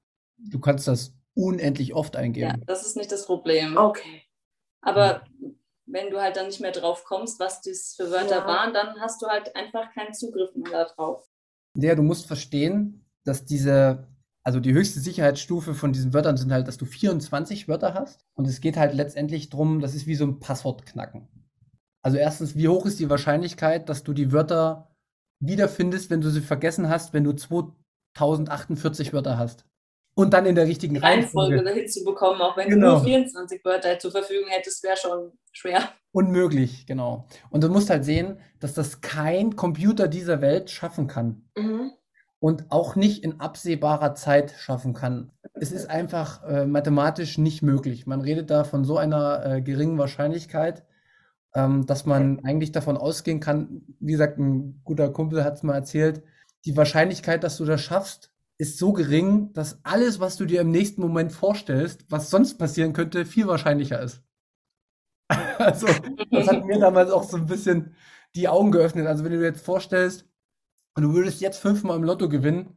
Du kannst das unendlich oft eingeben. Ja, das ist nicht das Problem. Okay. Aber wenn du halt dann nicht mehr drauf kommst, was das für Wörter Ja. waren, dann hast du halt einfach keinen Zugriff mehr darauf. Ja, du musst verstehen, dass diese, also die höchste Sicherheitsstufe von diesen Wörtern sind halt, dass du vierundzwanzig Wörter hast. Und es geht halt letztendlich drum, das ist wie so ein Passwort knacken. Also erstens, wie hoch ist die Wahrscheinlichkeit, dass du die Wörter wiederfindest, wenn du sie vergessen hast, wenn du zweitausendachundvierzig Wörter hast? Und dann in der richtigen Reihenfolge Reihenfolge. dahin zu bekommen, auch wenn Genau. du nur vierundzwanzig Wörter zur Verfügung hättest, wäre schon schwer. Unmöglich, genau. Und du musst halt sehen, dass das kein Computer dieser Welt schaffen kann. Mhm. Und auch nicht in absehbarer Zeit schaffen kann. Es ist einfach äh, mathematisch nicht möglich. Man redet da von so einer äh, geringen Wahrscheinlichkeit, ähm, dass man eigentlich davon ausgehen kann, wie gesagt, ein guter Kumpel hat es mal erzählt, die Wahrscheinlichkeit, dass du das schaffst, ist so gering, dass alles, was du dir im nächsten Moment vorstellst, was sonst passieren könnte, viel wahrscheinlicher ist. Also, das hat mir damals auch so ein bisschen die Augen geöffnet. Also, wenn du dir jetzt vorstellst, du würdest jetzt fünfmal im Lotto gewinnen,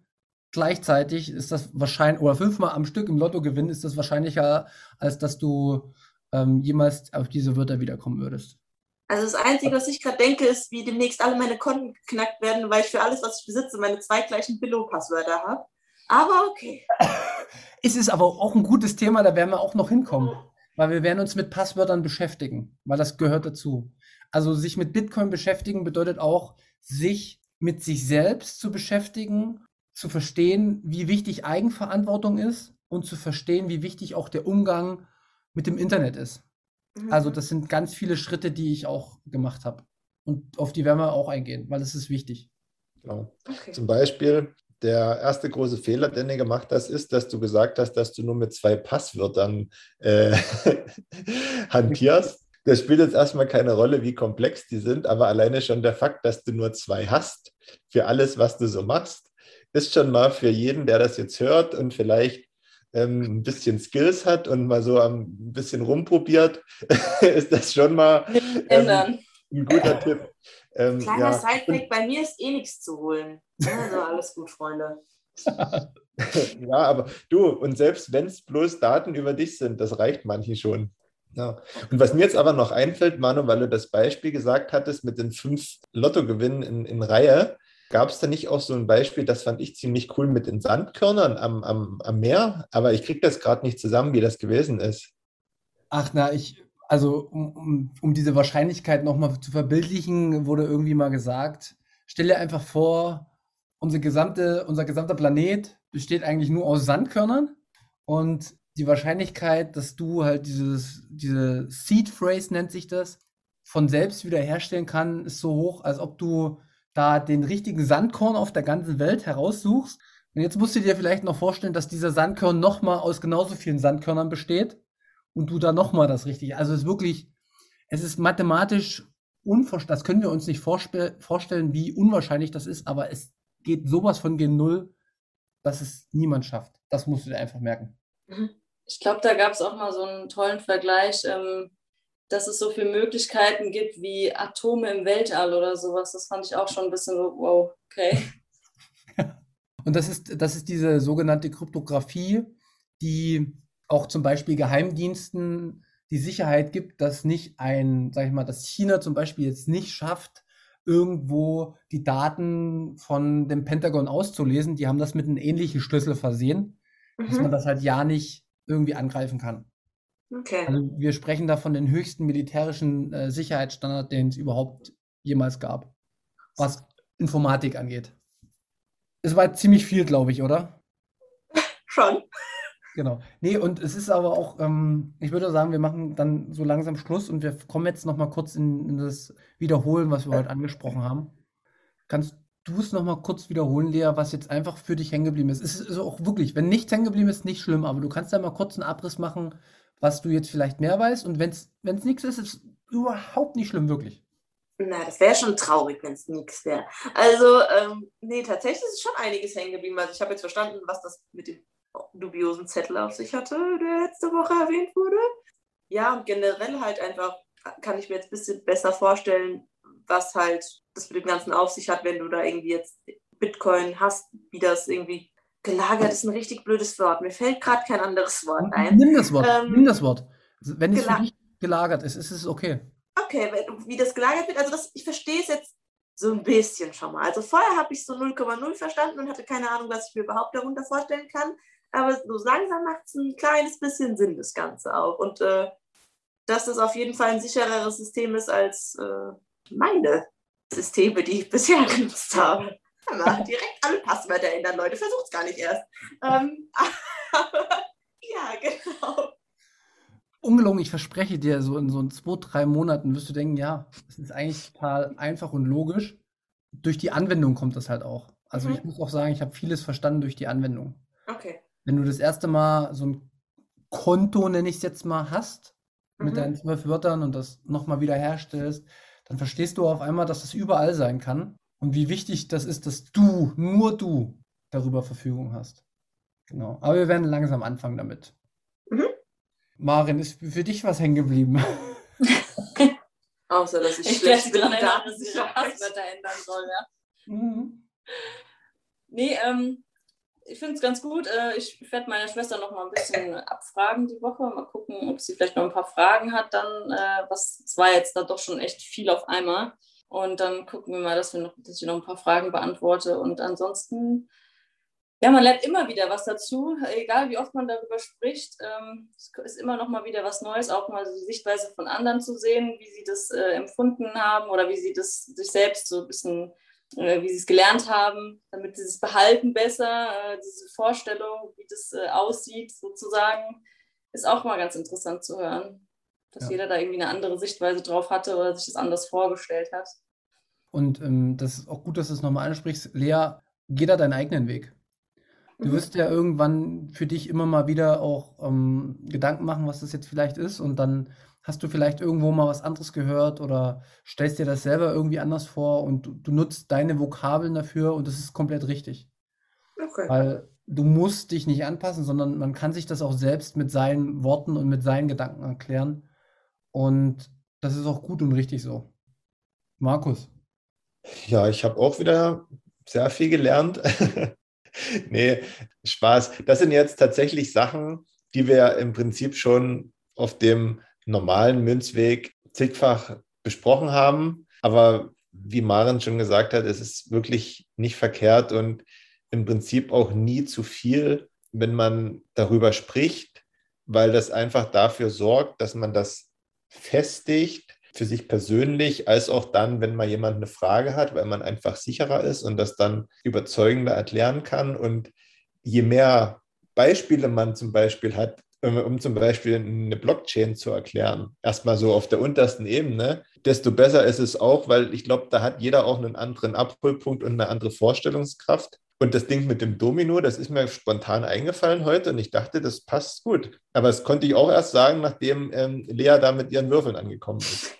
gleichzeitig ist das wahrscheinlich, oder fünfmal am Stück im Lotto gewinnen, ist das wahrscheinlicher, als dass du ähm, jemals auf diese Wörter wiederkommen würdest. Also das Einzige, was ich gerade denke, ist, wie demnächst alle meine Konten geknackt werden, weil ich für alles, was ich besitze, meine zwei gleichen Billo-Passwörter habe. Aber okay. Es ist aber auch ein gutes Thema, da werden wir auch noch hinkommen. Weil wir werden uns mit Passwörtern beschäftigen, weil das gehört dazu. Also sich mit Bitcoin beschäftigen bedeutet auch, sich mit sich selbst zu beschäftigen, zu verstehen, wie wichtig Eigenverantwortung ist und zu verstehen, wie wichtig auch der Umgang mit dem Internet ist. Mhm. Also das sind ganz viele Schritte, die ich auch gemacht habe. Und auf die werden wir auch eingehen, weil das ist wichtig. Genau. Okay. Zum Beispiel, der erste große Fehler, den du gemacht hast, ist, dass du gesagt hast, dass du nur mit zwei Passwörtern äh, hantierst. Das spielt jetzt erstmal keine Rolle, wie komplex die sind, aber alleine schon der Fakt, dass du nur zwei hast für alles, was du so machst, ist schon mal für jeden, der das jetzt hört und vielleicht ähm, ein bisschen Skills hat und mal so ein bisschen rumprobiert, ist das schon mal ähm, ein guter Tipp. Ähm, Kleiner ja. Sidefact, bei mir ist eh nichts zu holen. Also alles gut, Freunde. Ja, aber du, und selbst wenn es bloß Daten über dich sind, das reicht manchen schon. Ja. Und was mir jetzt aber noch einfällt, Manu, weil du das Beispiel gesagt hattest mit den fünf Lottogewinnen in, in Reihe, gab es da nicht auch so ein Beispiel, das fand ich ziemlich cool mit den Sandkörnern am, am, am Meer, aber ich kriege das gerade nicht zusammen, wie das gewesen ist. Ach na, ich, also um, um, um diese Wahrscheinlichkeit nochmal zu verbildlichen, wurde irgendwie mal gesagt, stell dir einfach vor, unsere gesamte, unser gesamter Planet besteht eigentlich nur aus Sandkörnern und die Wahrscheinlichkeit, dass du halt dieses, diese Seed Phrase nennt sich das, von selbst wiederherstellen kann, ist so hoch, als ob du da den richtigen Sandkorn auf der ganzen Welt heraussuchst. Und jetzt musst du dir vielleicht noch vorstellen, dass dieser Sandkorn nochmal aus genauso vielen Sandkörnern besteht und du da nochmal das Richtige. Also es ist wirklich, es ist mathematisch unvorstellbar, das können wir uns nicht vorspe- vorstellen, wie unwahrscheinlich das ist, aber es geht sowas von gen Null, dass es niemand schafft. Das musst du dir einfach merken. Ich glaube, da gab es auch mal so einen tollen Vergleich, ähm, dass es so viele Möglichkeiten gibt wie Atome im Weltall oder sowas. Das fand ich auch schon ein bisschen so, wow, okay. Und das ist, das ist diese sogenannte Kryptographie, die auch zum Beispiel Geheimdiensten die Sicherheit gibt, dass nicht ein, sag ich mal, dass China zum Beispiel jetzt nicht schafft, irgendwo die Daten von dem Pentagon auszulesen. Die haben das mit einem ähnlichen Schlüssel versehen, mhm. dass man das halt ja nicht irgendwie angreifen kann. Okay. Also wir sprechen da von den höchsten militärischen äh, Sicherheitsstandard, den es überhaupt jemals gab, was Informatik angeht. Es war ziemlich viel, glaube ich, oder? Schon. Genau. Nee, und es ist aber auch, ähm, ich würde sagen, wir machen dann so langsam Schluss und wir kommen jetzt noch mal kurz in, in das Wiederholen, was wir heute angesprochen haben. Kannst du es noch mal kurz wiederholen, Lea, was jetzt einfach für dich hängen geblieben ist? Es ist auch wirklich, wenn nichts hängen geblieben ist, nicht schlimm, aber du kannst da mal kurz einen Abriss machen, was du jetzt vielleicht mehr weißt. Und wenn es nichts ist, ist es überhaupt nicht schlimm, wirklich. Na, das wäre schon traurig, wenn es nichts wäre. Also, ähm, nee, tatsächlich ist schon einiges hängen geblieben. Also ich habe jetzt verstanden, was das mit dem dubiosen Zettel auf sich hatte, der letzte Woche erwähnt wurde. Ja, und generell halt einfach kann ich mir jetzt ein bisschen besser vorstellen, was halt das mit dem Ganzen auf sich hat, wenn du da irgendwie jetzt Bitcoin hast, wie das irgendwie gelagert ist, ein richtig blödes Wort. Mir fällt gerade kein anderes Wort ein. Nimm das Wort, ähm, nimm das Wort. Wenn es gela- für dich gelagert ist, ist es okay. Okay, wie das gelagert wird, also das, ich verstehe es jetzt so ein bisschen schon mal. Also vorher habe ich so null Komma null verstanden und hatte keine Ahnung, was ich mir überhaupt darunter vorstellen kann. Aber so langsam macht es ein kleines bisschen Sinn, das Ganze auch. Und äh, dass das auf jeden Fall ein sichereres System ist als äh, meine Systeme, die ich bisher genutzt habe. Aber direkt alle Passwörter ändern, Leute. Versucht es gar nicht erst. Ähm, aber ja, genau. Ungelogen, ich verspreche dir, so in so in zwei, drei Monaten wirst du denken, ja, das ist eigentlich total einfach und logisch. Durch die Anwendung kommt das halt auch. Also Mhm. ich muss auch sagen, ich habe vieles verstanden durch die Anwendung. Okay. Wenn du das erste Mal so ein Konto, nenne ich es jetzt mal, hast, mit Mhm. deinen zwölf Wörtern und das nochmal wieder herstellst, dann verstehst du auf einmal, dass das überall sein kann und wie wichtig das ist, dass du, nur du, darüber Verfügung hast. Genau. Aber wir werden langsam anfangen damit. Mhm. Maren, ist für dich was hängen geblieben? Außer, dass ich, Ich schlecht werde bin dran mit erinnern, dass ich Datensicherheit. Passwörter ändern soll, ja. Mhm. Nee, ähm, ich finde es ganz gut. Ich werde meine Schwester noch mal ein bisschen abfragen die Woche. Mal gucken, ob sie vielleicht noch ein paar Fragen hat. Dann, was, es war jetzt da doch schon echt viel auf einmal. Und dann gucken wir mal, dass, wir noch, dass ich noch ein paar Fragen beantworte. Und ansonsten, ja, man lernt immer wieder was dazu. Egal, wie oft man darüber spricht, es ist immer noch mal wieder was Neues. Auch mal die Sichtweise von anderen zu sehen, wie sie das empfunden haben oder wie sie das sich selbst so ein bisschen wie sie es gelernt haben, damit sie es behalten besser, äh, diese Vorstellung, wie das äh, aussieht sozusagen, ist auch mal ganz interessant zu hören, dass ja. jeder da irgendwie eine andere Sichtweise drauf hatte oder sich das anders vorgestellt hat. Und ähm, das ist auch gut, dass du es nochmal ansprichst. Lea, geh da deinen eigenen Weg. Du wirst ja irgendwann für dich immer mal wieder auch ähm, Gedanken machen, was das jetzt vielleicht ist, und dann hast du vielleicht irgendwo mal was anderes gehört oder stellst dir das selber irgendwie anders vor und du, du nutzt deine Vokabeln dafür und das ist komplett richtig. Okay. Weil du musst dich nicht anpassen, sondern man kann sich das auch selbst mit seinen Worten und mit seinen Gedanken erklären, und das ist auch gut und richtig so. Markus? Ja, ich habe auch wieder sehr viel gelernt. Nee, Spaß. Das sind jetzt tatsächlich Sachen, die wir im Prinzip schon auf dem normalen Münzweg zigfach besprochen haben. Aber wie Maren schon gesagt hat, es ist wirklich nicht verkehrt und im Prinzip auch nie zu viel, wenn man darüber spricht, weil das einfach dafür sorgt, dass man das festigt, für sich persönlich, als auch dann, wenn mal jemand eine Frage hat, weil man einfach sicherer ist und das dann überzeugender erklären kann. Und je mehr Beispiele man zum Beispiel hat, um zum Beispiel eine Blockchain zu erklären, erstmal so auf der untersten Ebene, desto besser ist es auch, weil ich glaube, da hat jeder auch einen anderen Abholpunkt und eine andere Vorstellungskraft. Und das Ding mit dem Domino, das ist mir spontan eingefallen heute und ich dachte, das passt gut. Aber das konnte ich auch erst sagen, nachdem ähm, Lea da mit ihren Würfeln angekommen ist.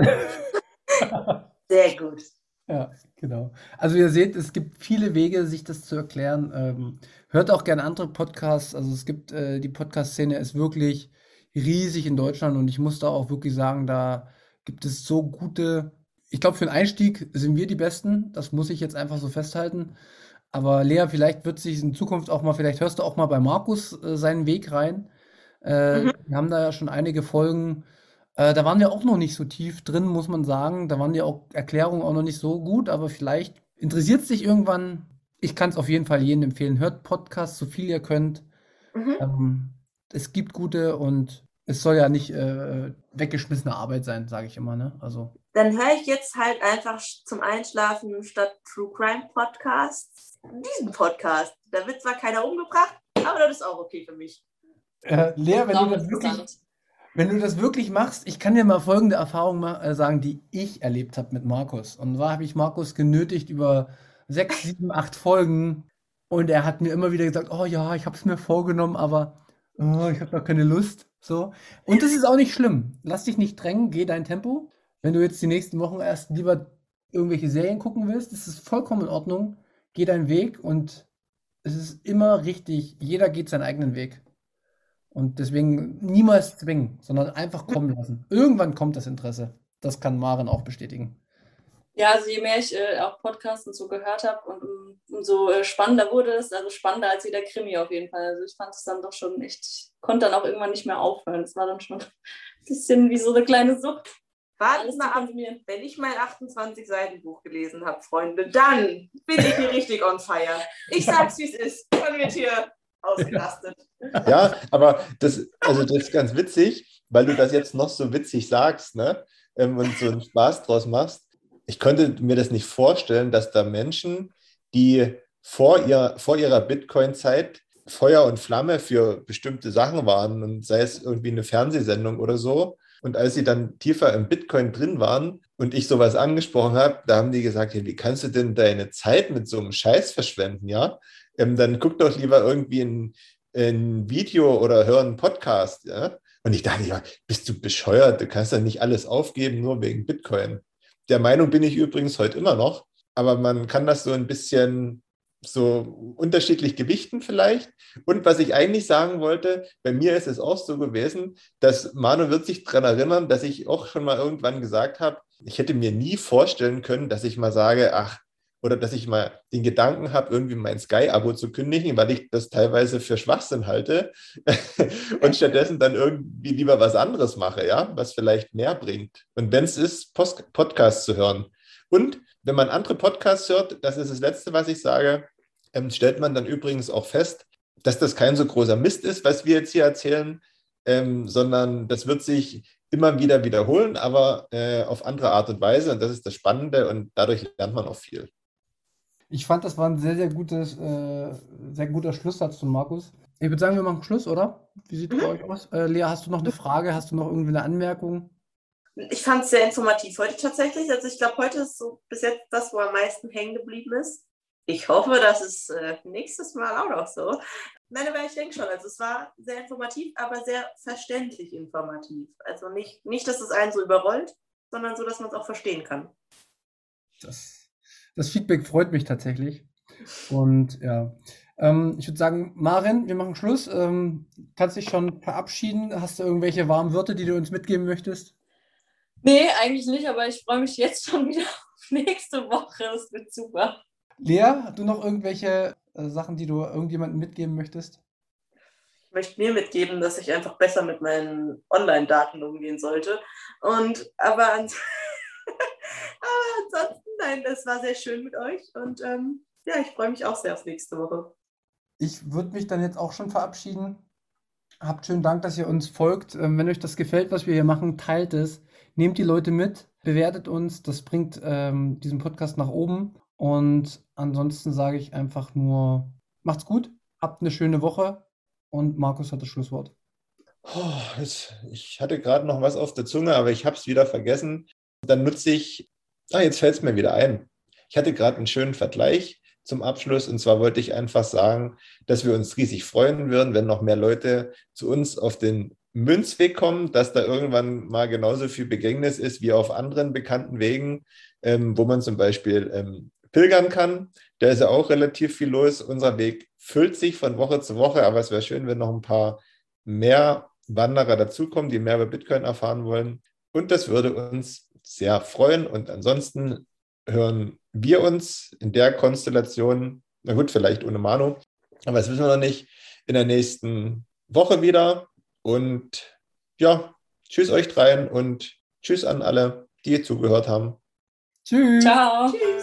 Sehr gut. Ja, genau. Also ihr seht, es gibt viele Wege, sich das zu erklären. Ähm, hört auch gerne andere Podcasts. Also es gibt, äh, die Podcast-Szene ist wirklich riesig in Deutschland und ich muss da auch wirklich sagen, da gibt es so gute, ich glaube, für den Einstieg sind wir die Besten. Das muss ich jetzt einfach so festhalten. Aber Lea, vielleicht wird sich in Zukunft auch mal, vielleicht hörst du auch mal bei Markus äh, seinen Weg rein. Äh, mhm. Wir haben da ja schon einige Folgen, äh, da waren wir auch noch nicht so tief drin, muss man sagen. Da waren die auch Erklärungen auch noch nicht so gut, aber vielleicht interessiert es dich irgendwann. Ich kann es auf jeden Fall jedem empfehlen. Hört Podcasts, so viel ihr könnt. Mhm. Ähm, es gibt gute und es soll ja nicht äh, weggeschmissene Arbeit sein, sage ich immer, ne? Also. Dann höre ich jetzt halt einfach zum Einschlafen statt True Crime Podcasts diesen Podcast. Da wird zwar keiner umgebracht, aber das ist auch okay für mich. Äh, Lea, wenn du, das wirklich, wenn du das wirklich machst, ich kann dir mal folgende Erfahrung ma- äh, sagen, die ich erlebt habe mit Markus. Und zwar habe ich Markus genötigt über sechs, sieben, acht Folgen und er hat mir immer wieder gesagt, oh ja, ich habe es mir vorgenommen, aber oh, ich habe noch keine Lust. So. Und das ist auch nicht schlimm. Lass dich nicht drängen, geh dein Tempo. Wenn du jetzt die nächsten Wochen erst lieber irgendwelche Serien gucken willst, das ist vollkommen in Ordnung. Geh deinen Weg und es ist immer richtig. Jeder geht seinen eigenen Weg. Und deswegen niemals zwingen, sondern einfach kommen lassen. Irgendwann kommt das Interesse. Das kann Maren auch bestätigen. Ja, also je mehr ich äh, auch Podcasts und so gehört habe und um, umso äh, spannender wurde es, also spannender als jeder Krimi auf jeden Fall. Also ich fand es dann doch schon echt, ich konnte dann auch irgendwann nicht mehr aufhören. Es war dann schon ein bisschen wie so eine kleine Sucht. Warten mal ab, wenn ich mein achtundzwanzig Seiten Buch gelesen habe, Freunde, dann bin ich hier richtig on fire. Ich sag's, wie es ist. Dann wird hier ausgelastet. Ja, aber das, also das ist ganz witzig, weil du das jetzt noch so witzig sagst, ne? Und so einen Spaß draus machst. Ich könnte mir das nicht vorstellen, dass da Menschen, die vor, ihr, vor ihrer Bitcoin-Zeit Feuer und Flamme für bestimmte Sachen waren, und sei es irgendwie eine Fernsehsendung oder so, und als sie dann tiefer im Bitcoin drin waren und ich sowas angesprochen habe, da haben die gesagt, ja, wie kannst du denn deine Zeit mit so einem Scheiß verschwenden, ja? Ähm, dann guck doch lieber irgendwie ein, ein Video oder hör einen Podcast, ja? Und ich dachte, ja, bist du bescheuert? Du kannst ja nicht alles aufgeben, nur wegen Bitcoin. Der Meinung bin ich übrigens heute immer noch, aber man kann das so ein bisschen so unterschiedlich gewichten vielleicht. Und was ich eigentlich sagen wollte, bei mir ist es auch so gewesen, dass Manu wird sich daran erinnern, dass ich auch schon mal irgendwann gesagt habe, ich hätte mir nie vorstellen können, dass ich mal sage, ach, oder dass ich mal den Gedanken habe, irgendwie mein Sky-Abo zu kündigen, weil ich das teilweise für Schwachsinn halte und stattdessen dann irgendwie lieber was anderes mache, ja, was vielleicht mehr bringt. Und wenn es ist, Post- Podcasts zu hören. Und wenn man andere Podcasts hört, das ist das Letzte, was ich sage, ähm, stellt man dann übrigens auch fest, dass das kein so großer Mist ist, was wir jetzt hier erzählen, ähm, sondern das wird sich immer wieder wiederholen, aber äh, auf andere Art und Weise. Und das ist das Spannende und dadurch lernt man auch viel. Ich fand, das war ein sehr, sehr gutes, äh, sehr guter Schlusssatz von Markus. Ich würde sagen, wir machen Schluss, oder? Wie sieht es bei euch aus? Äh, Lea, hast du noch eine Frage? Hast du noch irgendwie eine Anmerkung? Ich fand es sehr informativ heute tatsächlich. Also ich glaube, heute ist so bis jetzt das, wo am meisten hängen geblieben ist. Ich hoffe, das ist äh, nächstes Mal auch noch so. Nein, aber ich denke schon, also es war sehr informativ, aber sehr verständlich informativ. Also nicht, nicht dass es einen so überrollt, sondern so, dass man es auch verstehen kann. Das, das Feedback freut mich tatsächlich. Und ja, ähm, ich würde sagen, Maren, wir machen Schluss. Ähm, kannst dich schon verabschieden? Hast du irgendwelche warmen Wörter, die du uns mitgeben möchtest? Nee, eigentlich nicht, aber ich freue mich jetzt schon wieder auf nächste Woche. Das wird super. Lea, hast du noch irgendwelche äh, Sachen, die du irgendjemandem mitgeben möchtest? Ich möchte mir mitgeben, dass ich einfach besser mit meinen Online-Daten umgehen sollte. Und aber, ans aber ansonsten, nein, das war sehr schön mit euch. Und ähm, ja, ich freue mich auch sehr auf nächste Woche. Ich würde mich dann jetzt auch schon verabschieden. Habt schönen Dank, dass ihr uns folgt. Ähm, wenn euch das gefällt, was wir hier machen, teilt es. Nehmt die Leute mit, bewertet uns. Das bringt ähm, diesen Podcast nach oben. Und ansonsten sage ich einfach nur, macht's gut, habt eine schöne Woche und Markus hat das Schlusswort. Oh, jetzt, ich hatte gerade noch was auf der Zunge, aber ich habe es wieder vergessen. Dann nutze ich, ah, jetzt fällt es mir wieder ein. Ich hatte gerade einen schönen Vergleich zum Abschluss und zwar wollte ich einfach sagen, dass wir uns riesig freuen würden, wenn noch mehr Leute zu uns auf den Münzweg kommen, dass da irgendwann mal genauso viel Begängnis ist wie auf anderen bekannten Wegen, ähm, wo man zum Beispiel ähm, pilgern kann. Da ist ja auch relativ viel los. Unser Weg füllt sich von Woche zu Woche, aber es wäre schön, wenn noch ein paar mehr Wanderer dazukommen, die mehr über Bitcoin erfahren wollen. Und das würde uns sehr freuen. Und ansonsten hören wir uns in der Konstellation, na gut, vielleicht ohne Manu, aber das wissen wir noch nicht, in der nächsten Woche wieder. Und ja, tschüss euch dreien und tschüss an alle, die zugehört haben. Tschüss. Ciao. Tschüss.